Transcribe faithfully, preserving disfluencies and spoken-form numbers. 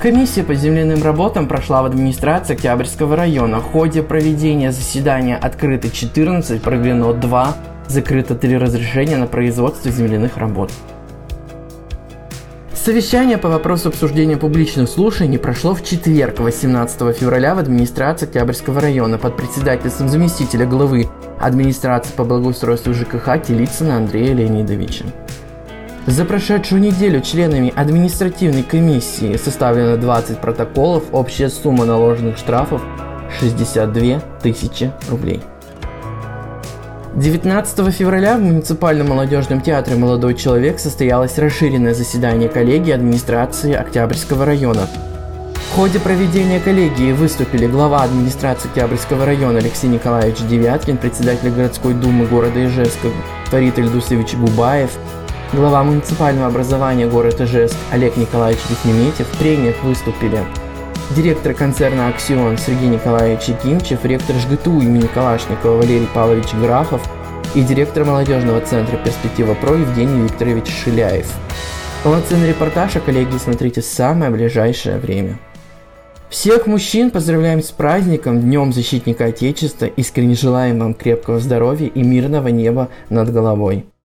Комиссия по земляным работам прошла в администрации Октябрьского района. В ходе проведения заседания открыто четырнадцать, проведено два, закрыто три разрешения на производство земляных работ. Совещание по вопросу обсуждения публичных слушаний прошло в четверг, восемнадцатого февраля, в администрации Октябрьского района под председательством заместителя главы администрации по благоустройству ЖКХ Телицына Андрея Леонидовича. За прошедшую неделю членами административной комиссии составлено двадцать протоколов, общая сумма наложенных штрафов шестьдесят две тысячи рублей. девятнадцатого февраля в муниципальном молодежном театре «Молодой человек» состоялось расширенное заседание коллегии администрации Октябрьского района. В ходе проведения коллегии выступили глава администрации Октябрьского района Алексей Николаевич Девяткин, председатель городской думы города Ижевска Фарид Ильдусович Губаев, глава муниципального образования города Ижевск Олег Николаевич Бекметьев. В прениях выступили директор концерна «Аксион» Сергей Николаевич Якимчев, ректор ЖГТУ имени Калашникова Валерий Павлович Грахов и директор молодежного центра «Перспектива ПРО» Евгений Викторович Шиляев. Полноценный репортаж о коллегии смотрите в самое ближайшее время. Всех мужчин поздравляем с праздником, Днем Защитника Отечества, искренне желаем вам крепкого здоровья и мирного неба над головой.